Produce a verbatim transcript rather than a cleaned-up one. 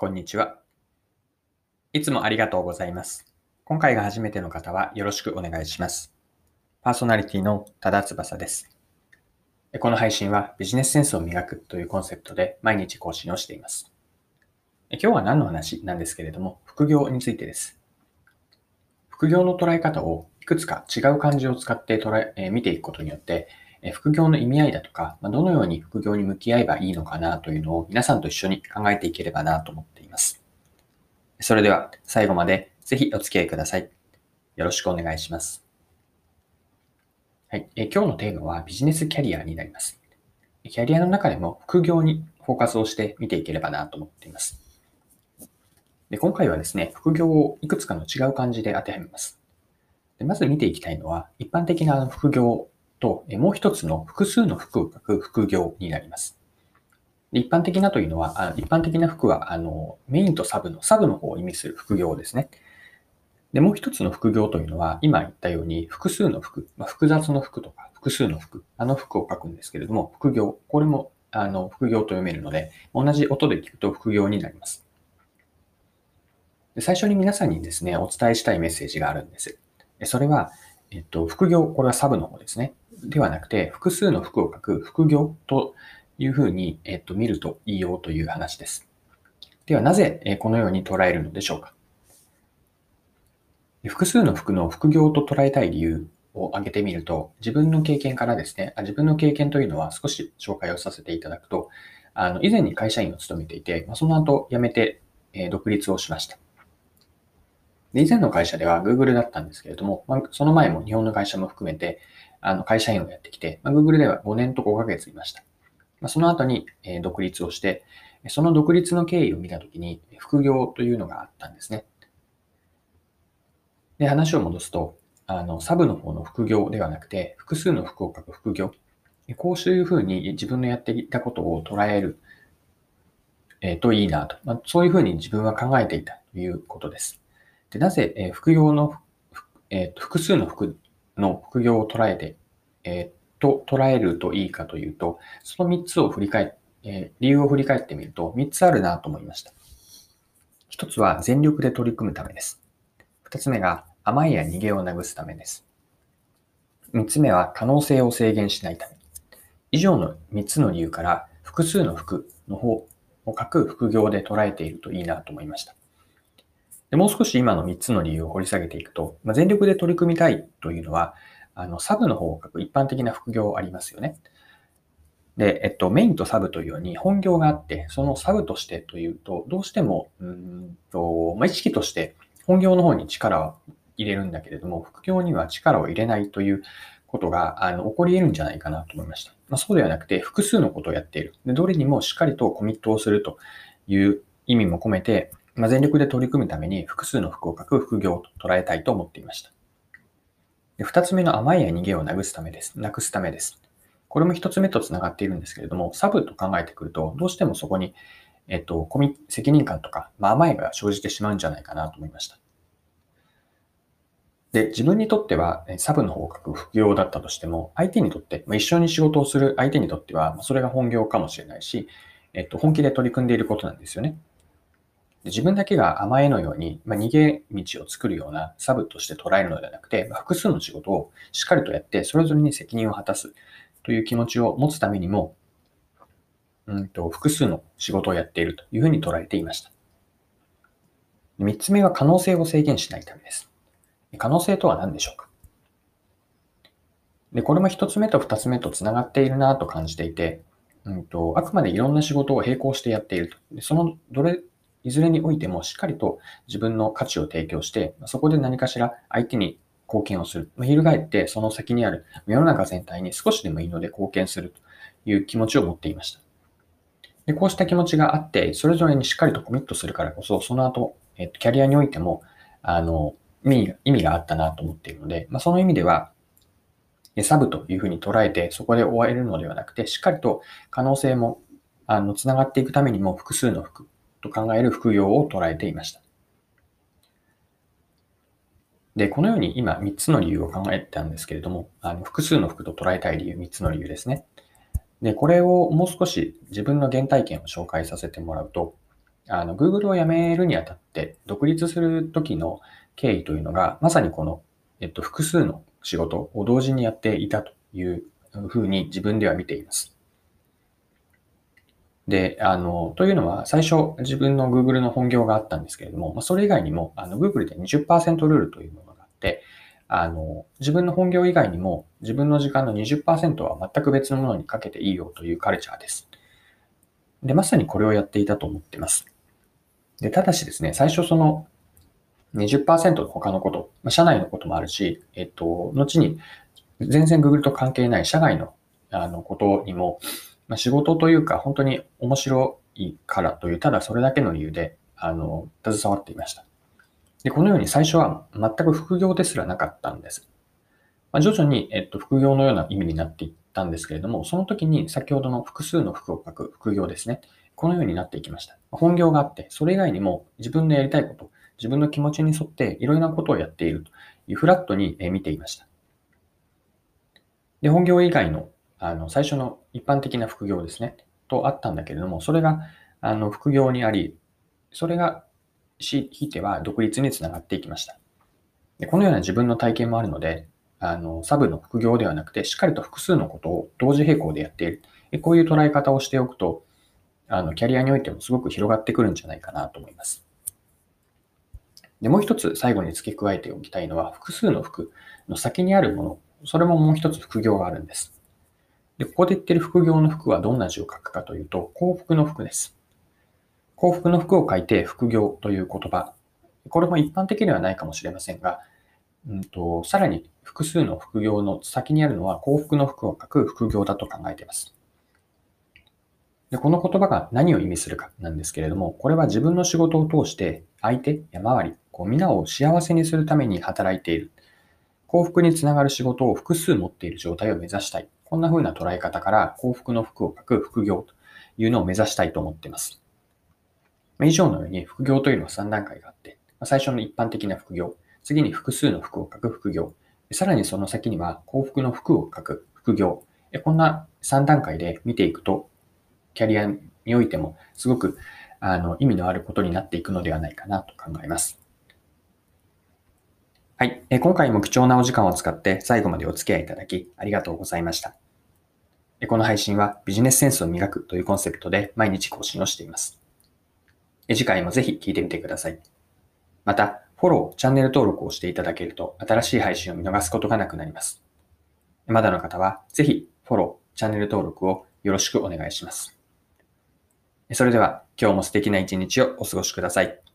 こんにちは。いつもありがとうございます。今回が初めての方はよろしくお願いします。パーソナリティの多田翼です。この配信はビジネスセンスを磨くというコンセプトで毎日更新をしています。今日は何の話なんですけれども、副業についてです。副業の捉え方をいくつか違う漢字を使って捉え、えー見ていくことによって、えー副業の意味合いだとか、まあどのように副業に向き合えばいいのかなというのを皆さんと一緒に考えていければなと思っています。それでは最後までぜひお付き合いください。よろしくお願いします。はい、え今日のテーマはビジネスキャリアになります。キャリアの中でも副業にフォーカスをして見ていければなと思っています。で今回はですね、副業をいくつかの違う漢字で当てはめます。でまず見ていきたいのは、一般的な副業ともう一つの複数の服を書く副業になります。で一般的なというのは、あ一般的な服はあのメインとサブのサブの方を意味する副業ですね。で、もう一つの副業というのは、今言ったように複数の服、まあ、複雑の服とか複数の服、あの服を書くんですけれども、副業、これもあの副業と読めるので、同じ音で聞くと副業になります。で最初に皆さんにですね、お伝えしたいメッセージがあるんです。それは、えっと、副業、これはサブの方ですね。ではなくて、複数の服を書く副業というふうに、えっと、見るといいよという話です。では、なぜこのように捉えるのでしょうか。複数の服の副業と捉えたい理由を挙げてみると、自分の経験からですね、自分の経験というのは少し紹介をさせていただくと、あの以前に会社員を務めていて、その後辞めて独立をしました。で以前の会社では Google だったんですけれども、その前も日本の会社も含めてあの会社員をやってきて、Google ではごねんとごかげついました。その後に独立をして、その独立の経緯を見たときに副業というのがあったんですね。で、話を戻すと、あの、サブの方の副業ではなくて、複数の服を書く副業。こういうふうに自分のやっていたことを捉える、えー、といいなと、まあ。そういうふうに自分は考えていたということです。でなぜ、えー、副業の、えー、複数の服の副業を捉えて、えー、と捉えるといいかというと、そのみっつを振り返っえー、理由を振り返ってみるとみっつあるなと思いました。ひとつは全力で取り組むためです。ふたつめが甘えや逃げをなぐすためです。みっつめは可能性を制限しないため。以上のみっつの理由から複数の服の方を書く副業で捉えているといいなと思いました。でもう少し今のみっつの理由を掘り下げていくと、まあ、全力で取り組みたいというのは、あのサブの方を書く一般的な副業ありますよね。で、えっと、メインとサブというように本業があって、そのサブとしてというと、どうしても、うんと、まあ、意識として本業の方に力を入れるんだけれども、副業には力を入れないということがあの起こり得るんじゃないかなと思いました。まあ、そうではなくて、複数のことをやっている。で、どれにもしっかりとコミットをするという意味も込めて、まあ、全力で取り組むために複数の服を書く副業と捉えたいと思っていました。で二つ目の甘いや逃げをなくすためです。なくすためです。これも一つ目とつながっているんですけれども、サブと考えてくると、どうしてもそこに、えっと、コミ責任感とか、まあ、甘えが生じてしまうんじゃないかなと思いました。で、自分にとっては、サブの方を書く副業だったとしても、相手にとって、まあ、一緒に仕事をする相手にとっては、それが本業かもしれないし、えっと、本気で取り組んでいることなんですよね。で自分だけが甘えのように、まあ、逃げ道を作るようなサブとして捉えるのではなくて、まあ、複数の仕事をしっかりとやって、それぞれに責任を果たすという気持ちを持つためにも、うんと複数の仕事をやっているというふうに捉えていました。みっつめは可能性を制限しないためです。可能性とは何でしょうか。で、これもひとつめとふたつめとつながっているなと感じていて、うんと、あくまでいろんな仕事を並行してやっていると。でそのどれ、いずれにおいてもしっかりと自分の価値を提供して、そこで何かしら相手に貢献をする。翻ってその先にある世の中全体に少しでもいいので貢献するという気持ちを持っていました。でこうした気持ちがあって、それぞれにしっかりとコミットするからこそ、その後、えっと、キャリアにおいても、あの、意味が意味があったなと思っているので、まあ、その意味では、サブというふうに捉えて、そこで終われるのではなくて、しっかりと可能性も、あの、つながっていくためにも、複数の服と考える副業を捉えていました。で、このように今みっつの理由を考えたんですけれども、あの複数の服と捉えたい理由、みっつの理由ですね。で、これをもう少し自分の原体験を紹介させてもらうと、 あの、Google を辞めるにあたって独立する時の経緯というのが、まさにこの、えっと、複数の仕事を同時にやっていたというふうに自分では見ています。で、あの、というのは、最初自分の Google の本業があったんですけれども、まあ、それ以外にも、あの、Google でにじゅっパーセントルールというものがあって、あの、自分の本業以外にも、自分の時間のにじゅっパーセントは全く別のものにかけていいよというカルチャーです。で、まさにこれをやっていたと思っています。で、ただしですね、最初そのにじゅっパーセントの他のこと、まあ、社内のこともあるし、えっと、後に全然 Google と関係ない社外のあのことにも、まあ、仕事というか本当に面白いからという、ただそれだけの理由で、あの、携わっていました。で、このように最初は全く副業ですらなかったんです。まあ、徐々に、えっと、副業のような意味になっていったんですけれども、その時に先ほどの複数の服を書く副業ですね。このようになっていきました。本業があって、それ以外にも自分のやりたいこと、自分の気持ちに沿っていろいろなことをやっているというフラットに見ていました。で、本業以外の、あの、最初の一般的な副業ですね、とあったんだけれども、それが、あの、副業にあり、それが、し、ひいては独立につながっていきました。で、このような自分の体験もあるので、あの、サブの副業ではなくて、しっかりと複数のことを同時並行でやっている。こういう捉え方をしておくと、あの、キャリアにおいてもすごく広がってくるんじゃないかなと思います。で、もう一つ最後に付け加えておきたいのは、複数の服の先にあるもの、それももう一つ副業があるんです。で、ここで言ってる副業の服はどんな字を書くかというと、幸福の服です。幸福の服を書いて副業という言葉。これも一般的ではないかもしれませんが、うんと、さらに複数の副業の先にあるのは幸福の服を書く副業だと考えています。で、この言葉が何を意味するかなんですけれども、これは自分の仕事を通して相手や周り、こう皆を幸せにするために働いている。幸福につながる仕事を複数持っている状態を目指したい。こんな風な捉え方から幸福の服を書く副業というのを目指したいと思っています。以上のように副業というのはさん段階があって、最初の一般的な副業、次に複数の服を書く副業、さらにその先には幸福の服を書く副業、こんなさん段階で見ていくと、キャリアにおいてもすごくあの意味のあることになっていくのではないかなと考えます。はい。今回も貴重なお時間を使って最後までお付き合いいただきありがとうございました。この配信はビジネスセンスを磨くというコンセプトで毎日更新をしています。次回もぜひ聞いてみてください。また、フォロー、チャンネル登録をしていただけると新しい配信を見逃すことがなくなります。まだの方はぜひフォロー、チャンネル登録をよろしくお願いします。それでは今日も素敵な一日をお過ごしください。